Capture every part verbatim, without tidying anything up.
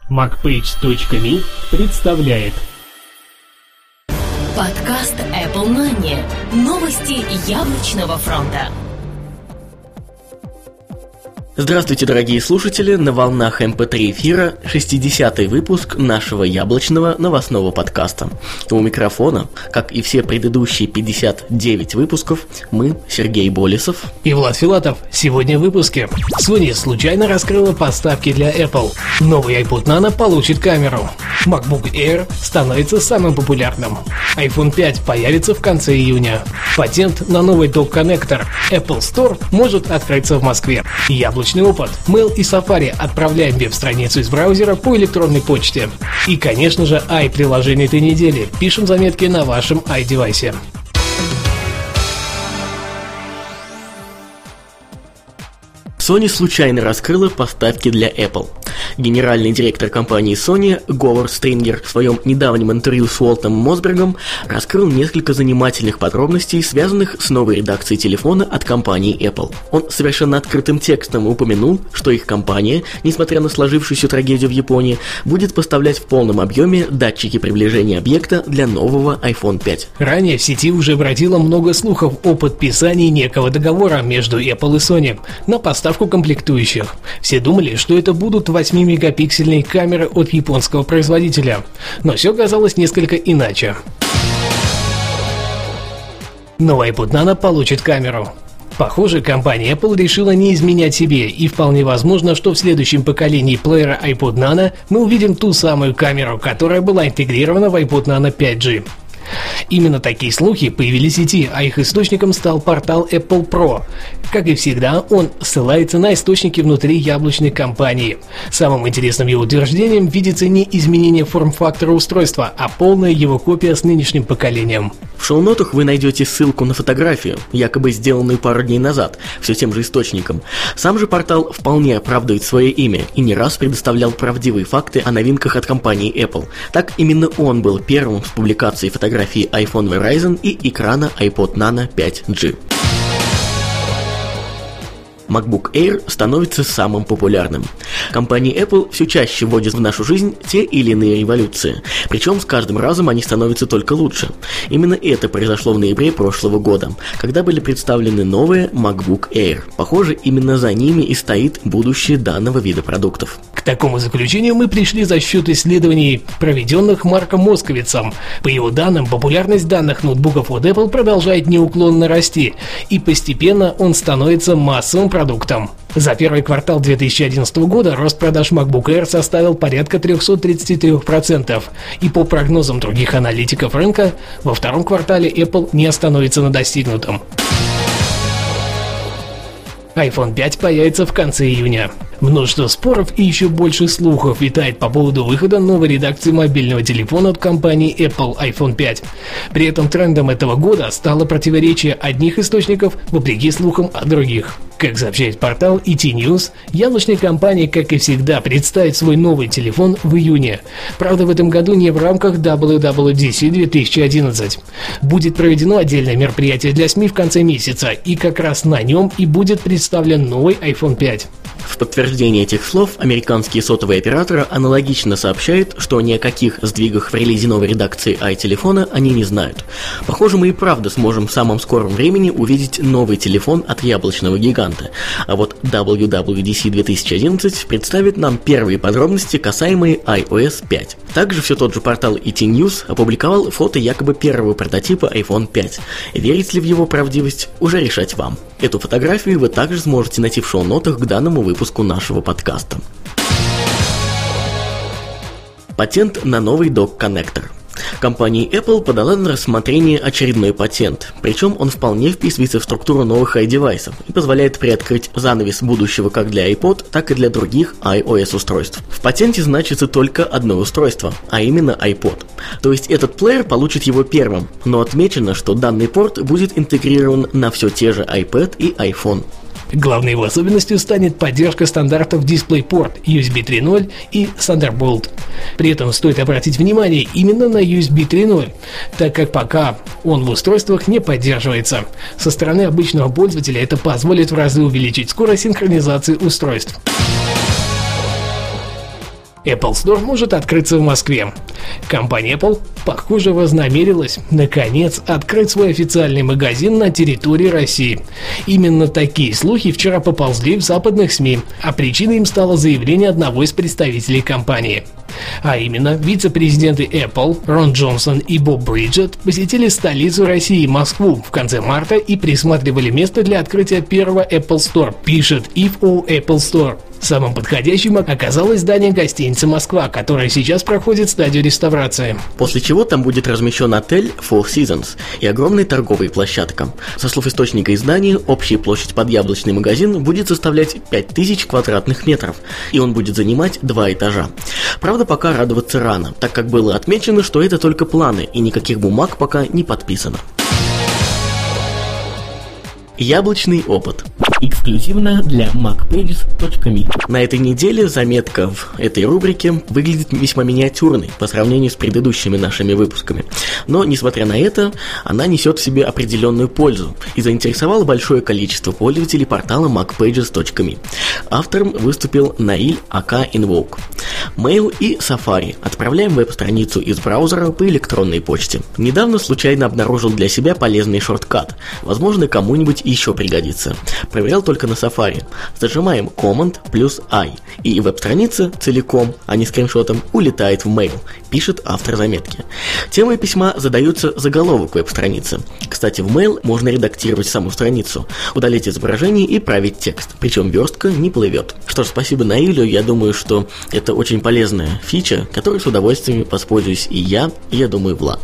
макпейдж точка ми представляет подкаст Apple Money. Новости яблочного фронта. Здравствуйте, дорогие слушатели, на волнах эм пэ три эфира шестидесятый выпуск нашего яблочного новостного подкаста. У микрофона, как и все предыдущие пятьдесят девять выпусков, мы, Сергей Болесов и Влад Филатов. Сегодня в выпуске. Sony случайно раскрыла поставки для Apple. Новый iPod Nano получит камеру. MacBook Air становится самым популярным. айфон пять появится в конце июня. Патент на новый док-коннектор. Apple Store может открыться в Москве. Яблочный опыт. Mail и Safari отправляем веб-страницу из браузера по электронной почте. И, конечно же, i-приложение этой недели. Пишем заметки на вашем i-девайсе. Sony случайно раскрыла поставки для Apple. Генеральный директор компании Sony Говард Стрингер в своем недавнем интервью с Уолтом Мосбергом раскрыл несколько занимательных подробностей, связанных с новой редакцией телефона от компании Apple. Он совершенно открытым текстом упомянул, что их компания, несмотря на сложившуюся трагедию в Японии, будет поставлять в полном объеме датчики приближения объекта для нового айфон пять. Ранее в сети уже бродило много слухов о подписании некого договора между Apple и Sony на поставку комплектующих. Все думали, что это будут восьмимегапиксельные камеры от японского производителя, но все казалось несколько иначе. Новый iPod Nano получит камеру. Похоже, компания Apple решила не изменять себе, и вполне возможно, что в следующем поколении плеера iPod Nano мы увидим ту самую камеру, которая была интегрирована в iPod Nano пять джи. Именно такие слухи появились в сети, а их источником стал портал Apple Pro. Как и всегда, он ссылается на источники внутри яблочной компании. Самым интересным его утверждением видится не изменение форм-фактора устройства, а полная его копия с нынешним поколением. В шоу-нотах вы найдете ссылку на фотографию, якобы сделанную пару дней назад, все тем же источником. Сам же портал вполне оправдывает свое имя и не раз предоставлял правдивые факты о новинках от компании Apple. Так именно он был первым с публикацией фотографии iPhone Verizon и экрана iPod Nano пять джи. MacBook Air становится самым популярным. Компания Apple все чаще вводит в нашу жизнь те или иные революции, причем с каждым разом они становятся только лучше. Именно это произошло в ноябре прошлого года, когда были представлены новые MacBook Air. Похоже, именно за ними и стоит будущее данного вида продуктов. К такому заключению мы пришли за счет исследований, проведенных Марком Московицем. По его данным, популярность данных ноутбуков от Apple продолжает неуклонно расти, и постепенно он становится массовым продуктом. За первый квартал две тысячи одиннадцатого года рост продаж MacBook Air составил порядка триста тридцать три процента, и по прогнозам других аналитиков рынка, во втором квартале Apple не остановится на достигнутом. айфон пять появится в конце июня. Множество споров и еще больше слухов витает по поводу выхода новой редакции мобильного телефона от компании Apple айфон пять. При этом трендом этого года стало противоречие одних источников вопреки слухам от других. Как сообщает портал и ти News, яблочная компания, как и всегда, представит свой новый телефон в июне. Правда, в этом году не в рамках дабл ю дабл ю ди си две тысячи одиннадцать. Будет проведено отдельное мероприятие для СМИ в конце месяца, и как раз на нем и будет представлен новый айфон пять. В подтверждение этих слов американские сотовые операторы аналогично сообщают, что ни о каких сдвигах в релизе новой редакции i-телефона они не знают. Похоже, мы и правда сможем в самом скором времени увидеть новый телефон от яблочного гиганта. А вот дабл ю дабл ю ди си две тысячи одиннадцать представит нам первые подробности, касаемые ай о эс пять. Также все тот же портал и ти News опубликовал фото якобы первого прототипа айфон пять. Верить ли в его правдивость, уже решать вам. Эту фотографию вы также сможете найти в шоу-нотах к данному выпуску нашего подкаста. Патент на новый док-коннектор. Компания Apple подала на рассмотрение очередной патент, причем он вполне вписывается в структуру новых i-девайсов и позволяет приоткрыть занавес будущего как для iPod, так и для других iOS устройств. В патенте значится только одно устройство, а именно iPod. То есть этот плеер получит его первым, но отмечено, что данный порт будет интегрирован на все те же iPad и iPhone. Главной его особенностью станет поддержка стандартов DisplayPort, ю эс би три ноль и Thunderbolt. При этом стоит обратить внимание именно на ю эс би три ноль, так как пока он в устройствах не поддерживается. Со стороны обычного пользователя это позволит в разы увеличить скорость синхронизации устройств. Apple Store может открыться в Москве. Компания Apple, похоже, вознамерилась, наконец, открыть свой официальный магазин на территории России. Именно такие слухи вчера поползли в западных СМИ, а причиной им стало заявление одного из представителей компании. А именно, вице-президенты Apple Рон Джонсон и Боб Бриджет посетили столицу России, Москву, в конце марта и присматривали место для открытия первого Apple Store, пишет ай эф о Apple Store. Самым подходящим оказалось здание гостиницы «Москва», которое сейчас проходит стадию реставрации. После чего там будет размещен отель Four Seasons и огромная торговая площадка. Со слов источника издания, общая площадь под яблочный магазин будет составлять пять тысяч квадратных метров, и он будет занимать два этажа. Правда, пока радоваться рано, так как было отмечено, что это только планы, и никаких бумаг пока не подписано. Яблочный опыт. Эксклюзивно для мак пейджес точка ми. На этой неделе заметка в этой рубрике выглядит весьма миниатюрной по сравнению с предыдущими нашими выпусками. Но, несмотря на это, она несет в себе определенную пользу и заинтересовала большое количество пользователей портала мак пейджес точка ми. Автором выступил Наиль Ака Инвоук. Mail и Safari. Отправляем веб-страницу из браузера по электронной почте. Недавно случайно обнаружил для себя полезный шорткат. Возможно, кому-нибудь еще пригодится. Проверял только на Safari. Зажимаем Command плюс I, и веб-страница целиком, а не скриншотом, улетает в Mail, пишет автор заметки. Темой письма задается заголовок веб-страницы. Кстати, в Mail можно редактировать саму страницу, удалить изображение и править текст, причем верстка не плывет. Что ж, спасибо Наилю, я думаю, что это очень полезная фича, которой с удовольствием воспользуюсь и я, и я думаю Влад.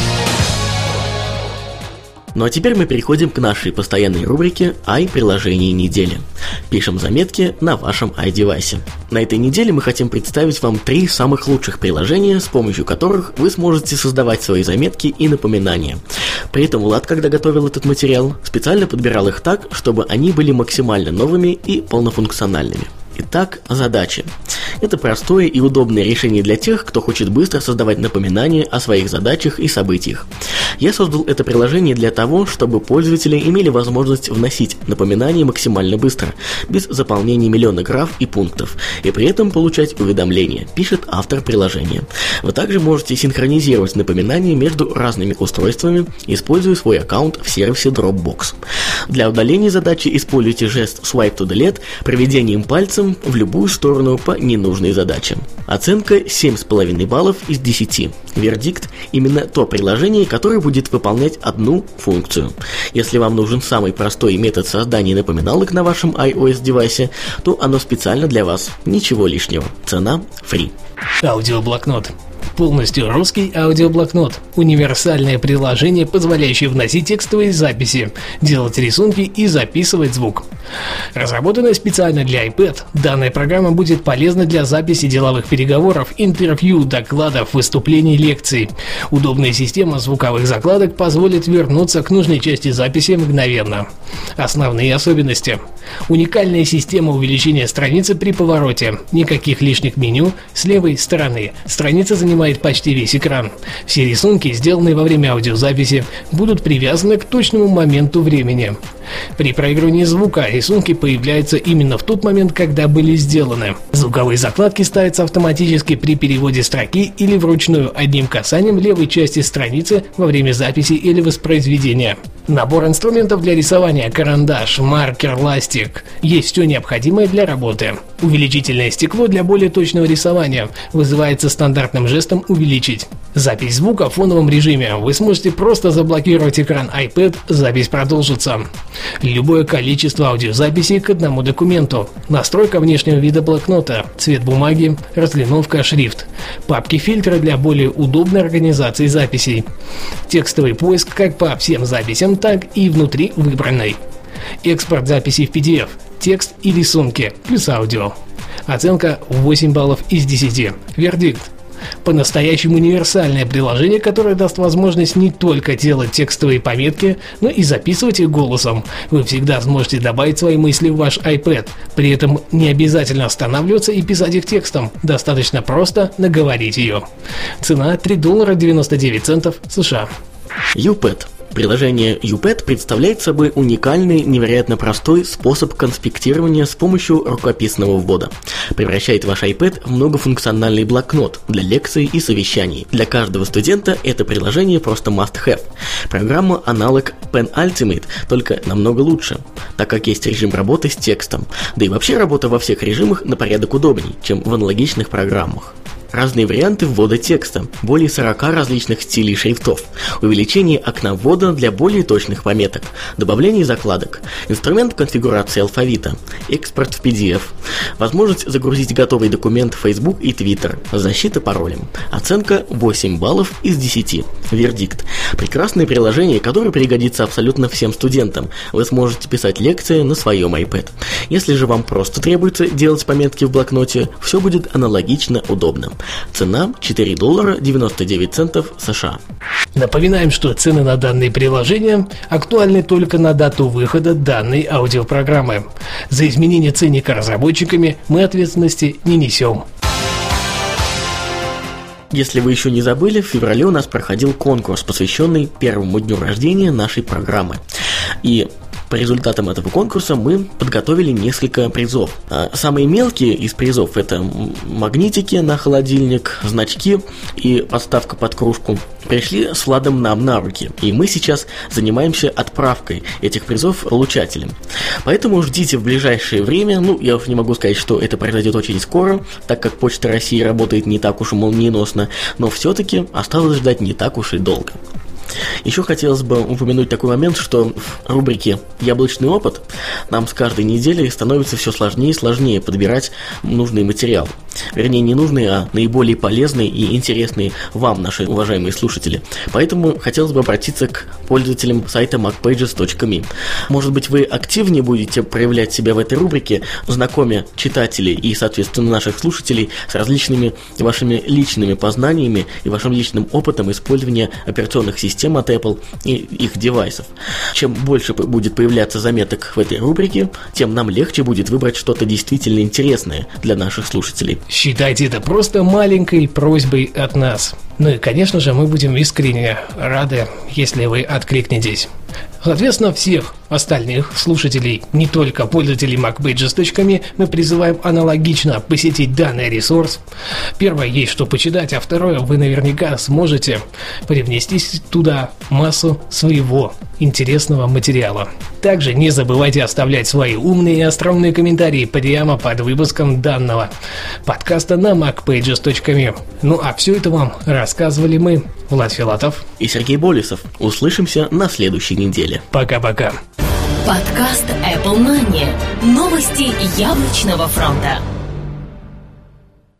Ну а теперь мы переходим к нашей постоянной рубрике «Ай-приложение недели». Пишем заметки на вашем ай-девайсе. На этой неделе мы хотим представить вам три самых лучших приложения, с помощью которых вы сможете создавать свои заметки и напоминания. При этом Влад, когда готовил этот материал, специально подбирал их так, чтобы они были максимально новыми и полнофункциональными. Итак, задачи. Это простое и удобное решение для тех, кто хочет быстро создавать напоминания о своих задачах и событиях. Я создал это приложение для того, чтобы пользователи имели возможность вносить напоминания максимально быстро, без заполнения миллиона граф и пунктов, и при этом получать уведомления, пишет автор приложения. Вы также можете синхронизировать напоминания между разными устройствами, используя свой аккаунт в сервисе Dropbox. Для удаления задачи используйте жест Swipe to Delete проведением пальцем в любую сторону по ненужной задаче. Оценка семь с половиной баллов из десяти. Вердикт – именно то приложение, которое будет выполнять одну функцию. Если вам нужен самый простой метод создания напоминалок на вашем iOS-девайсе, то оно специально для вас. Ничего лишнего. Цена – фри. Аудиоблокнот. Полностью русский аудиоблокнот. Универсальное приложение, позволяющее вносить текстовые записи, делать рисунки и записывать звук. Разработанная специально для iPad, данная программа будет полезна для записи деловых переговоров, интервью, докладов, выступлений, лекций. Удобная система звуковых закладок позволит вернуться к нужной части записи мгновенно. Основные особенности. Уникальная система увеличения страницы при повороте. Никаких лишних меню с левой стороны. Страница занимает почти весь экран. Все рисунки, сделанные во время аудиозаписи, будут привязаны к точному моменту времени. При проигрывании звука рисунки появляются именно в тот момент, когда были сделаны. Звуковые закладки ставятся автоматически при переводе строки или вручную одним касанием левой части страницы во время записи или воспроизведения. Набор инструментов для рисования: карандаш, маркер, ластик. Есть все необходимое для работы. Увеличительное стекло для более точного рисования вызывается стандартным жестом «увеличить». Запись звука в фоновом режиме. Вы сможете просто заблокировать экран iPad, запись продолжится. Любое количество аудиозаписей к одному документу. Настройка внешнего вида блокнота, цвет бумаги, разлиновка, шрифт. Папки фильтра для более удобной организации записей. Текстовый поиск как по всем записям, так и внутри выбранной. Экспорт записей в пи ди эф, текст и рисунки, плюс аудио. Оценка восемь баллов из десяти. Вердикт. По-настоящему универсальное приложение, которое даст возможность не только делать текстовые пометки, но и записывать их голосом. Вы всегда сможете добавить свои мысли в ваш iPad, при этом не обязательно останавливаться и писать их текстом, достаточно просто наговорить ее. Цена три доллара девяносто девять центов США. YouPad. Приложение YouPad представляет собой уникальный, невероятно простой способ конспектирования с помощью рукописного ввода. Превращает ваш iPad в многофункциональный блокнот для лекций и совещаний. Для каждого студента это приложение просто must-have. Программа аналог Pen Ultimate, только намного лучше, так как есть режим работы с текстом. Да и вообще работа во всех режимах на порядок удобней, чем в аналогичных программах. Разные варианты ввода текста, более сорока различных стилей шрифтов, увеличение окна ввода для более точных пометок, добавление закладок, инструмент конфигурации алфавита, экспорт в пи ди эф, возможность загрузить готовый документ в Facebook и Twitter, защита паролем, оценка восемь баллов из десяти, вердикт. Прекрасное приложение, которое пригодится абсолютно всем студентам. Вы сможете писать лекции на своем iPad. Если же вам просто требуется делать пометки в блокноте, все будет аналогично удобно. Цена четыре доллара девяносто девять центов США. Напоминаем, что цены на данные приложения актуальны только на дату выхода данной аудиопрограммы. За изменение ценника разработчиками мы ответственности не несем. Если вы еще не забыли, в феврале у нас проходил конкурс, посвященный первому дню рождения нашей программы. И по результатам этого конкурса мы подготовили несколько призов. Самые мелкие из призов — это магнитики на холодильник, значки и подставка под кружку. Пришли с Владом нам на руки, и мы сейчас занимаемся отправкой этих призов получателям. Поэтому ждите в ближайшее время, ну, я уж не могу сказать, что это произойдет очень скоро, так как Почта России работает не так уж и молниеносно, но все-таки осталось ждать не так уж и долго. Еще хотелось бы упомянуть такой момент, что в рубрике «Яблочный опыт» нам с каждой неделей становится все сложнее и сложнее подбирать нужный материал. Вернее, не нужный, а наиболее полезный и интересный вам, наши уважаемые слушатели. Поэтому хотелось бы обратиться к пользователям сайта mac pages точка me. Может быть, вы активнее будете проявлять себя в этой рубрике, знакомя читателей и, соответственно, наших слушателей с различными вашими личными познаниями и вашим личным опытом использования операционных систем от Apple и их девайсов. Чем больше будет появляться заметок в этой рубрике, тем нам легче будет выбрать что-то действительно интересное для наших слушателей. Считайте это просто маленькой просьбой от нас. Ну и, конечно же, мы будем искренне рады, если вы откликнетесь. Соответственно, всех остальных слушателей, не только пользователей mac pages точка me, мы призываем аналогично посетить данный ресурс. Первое, есть что почитать, а второе, вы наверняка сможете привнести туда массу своего интересного материала. Также не забывайте оставлять свои умные и остроумные комментарии прямо под выпуском данного подкаста на mac pages точка me. Ну а все это вам рассказывали мы, Влад Филатов и Сергей Болесов. Услышимся на следующей неделе. Пока-пока. Подкаст Apple Money. Новости яблочного фронта.